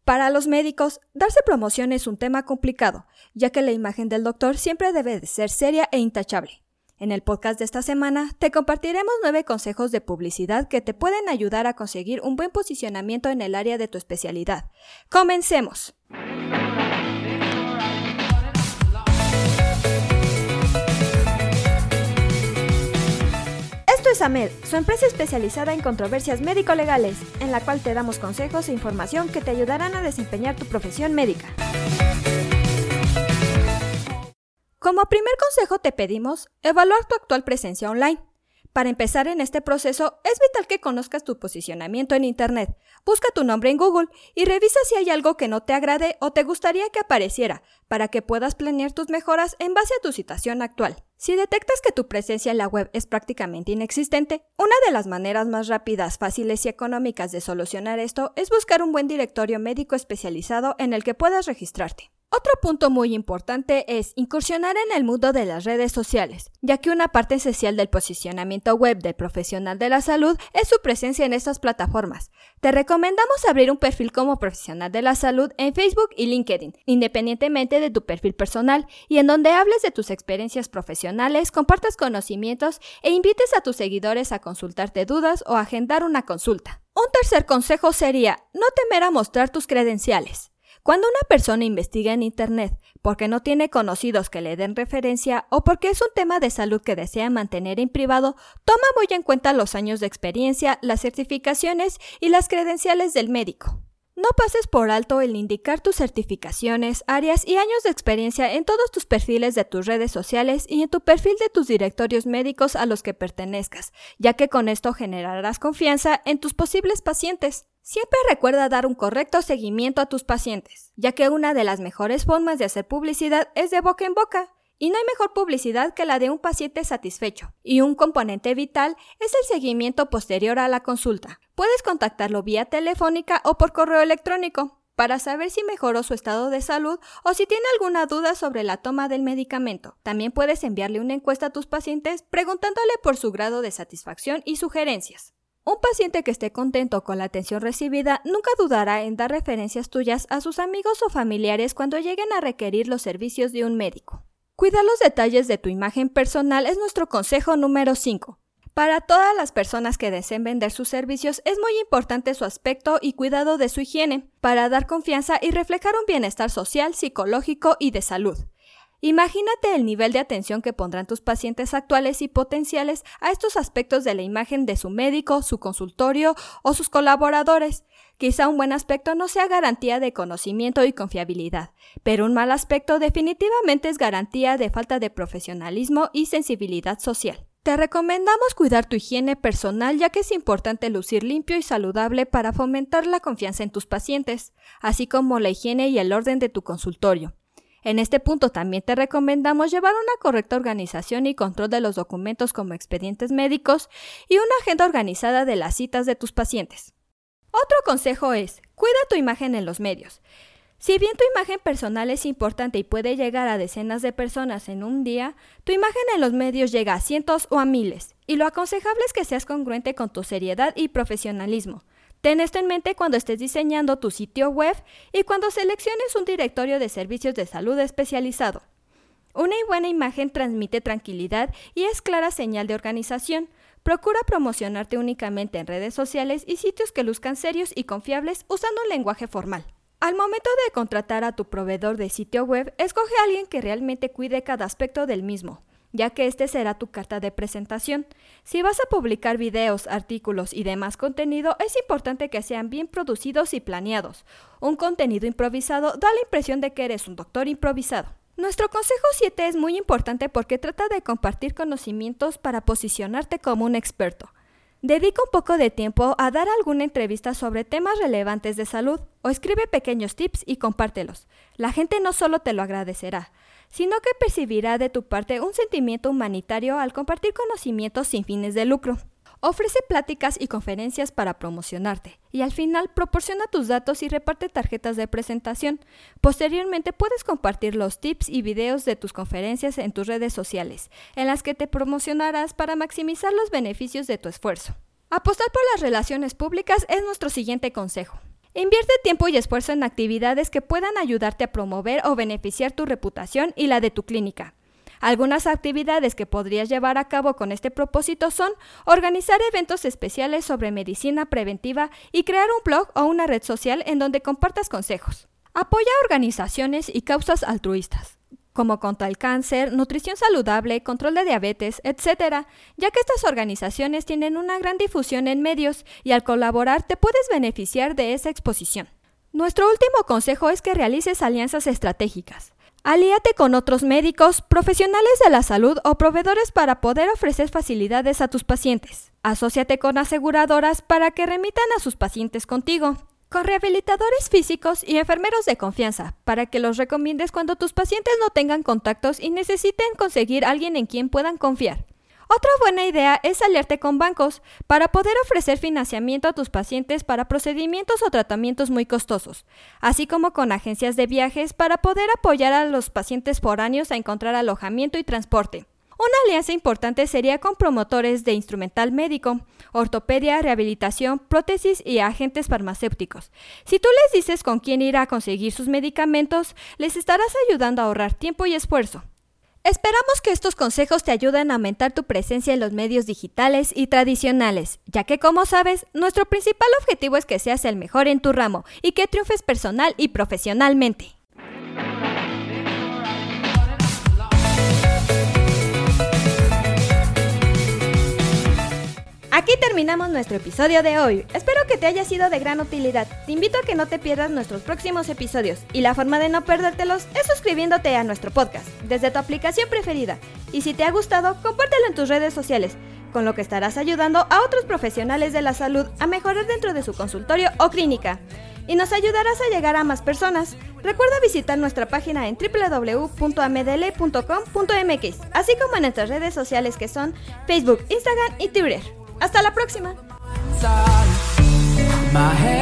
Para los médicos, darse promoción es un tema complicado, ya que la imagen del doctor siempre debe de ser seria e intachable. En el podcast de esta semana te compartiremos 9 consejos de publicidad que te pueden ayudar a conseguir un buen posicionamiento en el área de tu especialidad. ¡Comencemos! Esto es AMED, su empresa especializada en controversias médico-legales, en la cual te damos consejos e información que te ayudarán a desempeñar tu profesión médica. Como primer consejo te pedimos evaluar tu actual presencia online. Para empezar en este proceso, es vital que conozcas tu posicionamiento en Internet. Busca tu nombre en Google y revisa si hay algo que no te agrade o te gustaría que apareciera, para que puedas planear tus mejoras en base a tu situación actual. Si detectas que tu presencia en la web es prácticamente inexistente, una de las maneras más rápidas, fáciles y económicas de solucionar esto es buscar un buen directorio médico especializado en el que puedas registrarte. Otro punto muy importante es incursionar en el mundo de las redes sociales, ya que una parte esencial del posicionamiento web del profesional de la salud es su presencia en estas plataformas. Te recomendamos abrir un perfil como profesional de la salud en Facebook y LinkedIn, independientemente de tu perfil personal, y en donde hables de tus experiencias profesionales, compartas conocimientos e invites a tus seguidores a consultarte dudas o agendar una consulta. Un tercer consejo sería no temer a mostrar tus credenciales. Cuando una persona investiga en Internet porque no tiene conocidos que le den referencia o porque es un tema de salud que desea mantener en privado, toma muy en cuenta los años de experiencia, las certificaciones y las credenciales del médico. No pases por alto el indicar tus certificaciones, áreas y años de experiencia en todos tus perfiles de tus redes sociales y en tu perfil de tus directorios médicos a los que pertenezcas, ya que con esto generarás confianza en tus posibles pacientes. Siempre recuerda dar un correcto seguimiento a tus pacientes, ya que una de las mejores formas de hacer publicidad es de boca en boca. Y no hay mejor publicidad que la de un paciente satisfecho. Y un componente vital es el seguimiento posterior a la consulta. Puedes contactarlo vía telefónica o por correo electrónico para saber si mejoró su estado de salud o si tiene alguna duda sobre la toma del medicamento. También puedes enviarle una encuesta a tus pacientes preguntándole por su grado de satisfacción y sugerencias. Un paciente que esté contento con la atención recibida nunca dudará en dar referencias tuyas a sus amigos o familiares cuando lleguen a requerir los servicios de un médico. Cuidar los detalles de tu imagen personal es nuestro consejo número 5. Para todas las personas que deseen vender sus servicios es muy importante su aspecto y cuidado de su higiene, para dar confianza y reflejar un bienestar social, psicológico y de salud. Imagínate el nivel de atención que pondrán tus pacientes actuales y potenciales a estos aspectos de la imagen de su médico, su consultorio o sus colaboradores. Quizá un buen aspecto no sea garantía de conocimiento y confiabilidad, pero un mal aspecto definitivamente es garantía de falta de profesionalismo y sensibilidad social. Te recomendamos cuidar tu higiene personal, ya que es importante lucir limpio y saludable para fomentar la confianza en tus pacientes, así como la higiene y el orden de tu consultorio. En este punto también te recomendamos llevar una correcta organización y control de los documentos como expedientes médicos y una agenda organizada de las citas de tus pacientes. Otro consejo es, cuida tu imagen en los medios. Si bien tu imagen personal es importante y puede llegar a decenas de personas en un día, tu imagen en los medios llega a cientos o a miles, y lo aconsejable es que seas congruente con tu seriedad y profesionalismo. Ten esto en mente cuando estés diseñando tu sitio web y cuando selecciones un directorio de servicios de salud especializado. Una buena imagen transmite tranquilidad y es clara señal de organización. Procura promocionarte únicamente en redes sociales y sitios que luzcan serios y confiables usando un lenguaje formal. Al momento de contratar a tu proveedor de sitio web, escoge a alguien que realmente cuide cada aspecto del mismo, ya que este será tu carta de presentación. Si vas a publicar videos, artículos y demás contenido, es importante que sean bien producidos y planeados. Un contenido improvisado da la impresión de que eres un doctor improvisado. Nuestro consejo 7 es muy importante porque trata de compartir conocimientos para posicionarte como un experto. Dedica un poco de tiempo a dar alguna entrevista sobre temas relevantes de salud o escribe pequeños tips y compártelos. La gente no solo te lo agradecerá, sino que percibirá de tu parte un sentimiento humanitario al compartir conocimientos sin fines de lucro. Ofrece pláticas y conferencias para promocionarte y al final proporciona tus datos y reparte tarjetas de presentación. Posteriormente puedes compartir los tips y videos de tus conferencias en tus redes sociales, en las que te promocionarás para maximizar los beneficios de tu esfuerzo. Apostar por las relaciones públicas es nuestro siguiente consejo. Invierte tiempo y esfuerzo en actividades que puedan ayudarte a promover o beneficiar tu reputación y la de tu clínica. Algunas actividades que podrías llevar a cabo con este propósito son organizar eventos especiales sobre medicina preventiva y crear un blog o una red social en donde compartas consejos. Apoya organizaciones y causas altruistas, como contra el cáncer, nutrición saludable, control de diabetes, etc., ya que estas organizaciones tienen una gran difusión en medios y al colaborar te puedes beneficiar de esa exposición. Nuestro último consejo es que realices alianzas estratégicas. Alíate con otros médicos, profesionales de la salud o proveedores para poder ofrecer facilidades a tus pacientes. Asóciate con aseguradoras para que remitan a sus pacientes contigo. Con rehabilitadores físicos y enfermeros de confianza, para que los recomiendes cuando tus pacientes no tengan contactos y necesiten conseguir a alguien en quien puedan confiar. Otra buena idea es aliarte con bancos para poder ofrecer financiamiento a tus pacientes para procedimientos o tratamientos muy costosos, así como con agencias de viajes para poder apoyar a los pacientes foráneos a encontrar alojamiento y transporte. Una alianza importante sería con promotores de instrumental médico, ortopedia, rehabilitación, prótesis y agentes farmacéuticos. Si tú les dices con quién ir a conseguir sus medicamentos, les estarás ayudando a ahorrar tiempo y esfuerzo. Esperamos que estos consejos te ayuden a aumentar tu presencia en los medios digitales y tradicionales, ya que, como sabes, nuestro principal objetivo es que seas el mejor en tu ramo y que triunfes personal y profesionalmente. Aquí terminamos nuestro episodio de hoy. Espero que te haya sido de gran utilidad. Te invito a que no te pierdas nuestros próximos episodios y la forma de no perdértelos es suscribiéndote a nuestro podcast desde tu aplicación preferida. Y si te ha gustado, compártelo en tus redes sociales, con lo que estarás ayudando a otros profesionales de la salud a mejorar dentro de su consultorio o clínica. Y nos ayudarás a llegar a más personas. Recuerda visitar nuestra página en www.amdl.com.mx, así como en nuestras redes sociales que son Facebook, Instagram y Twitter. ¡Hasta la próxima!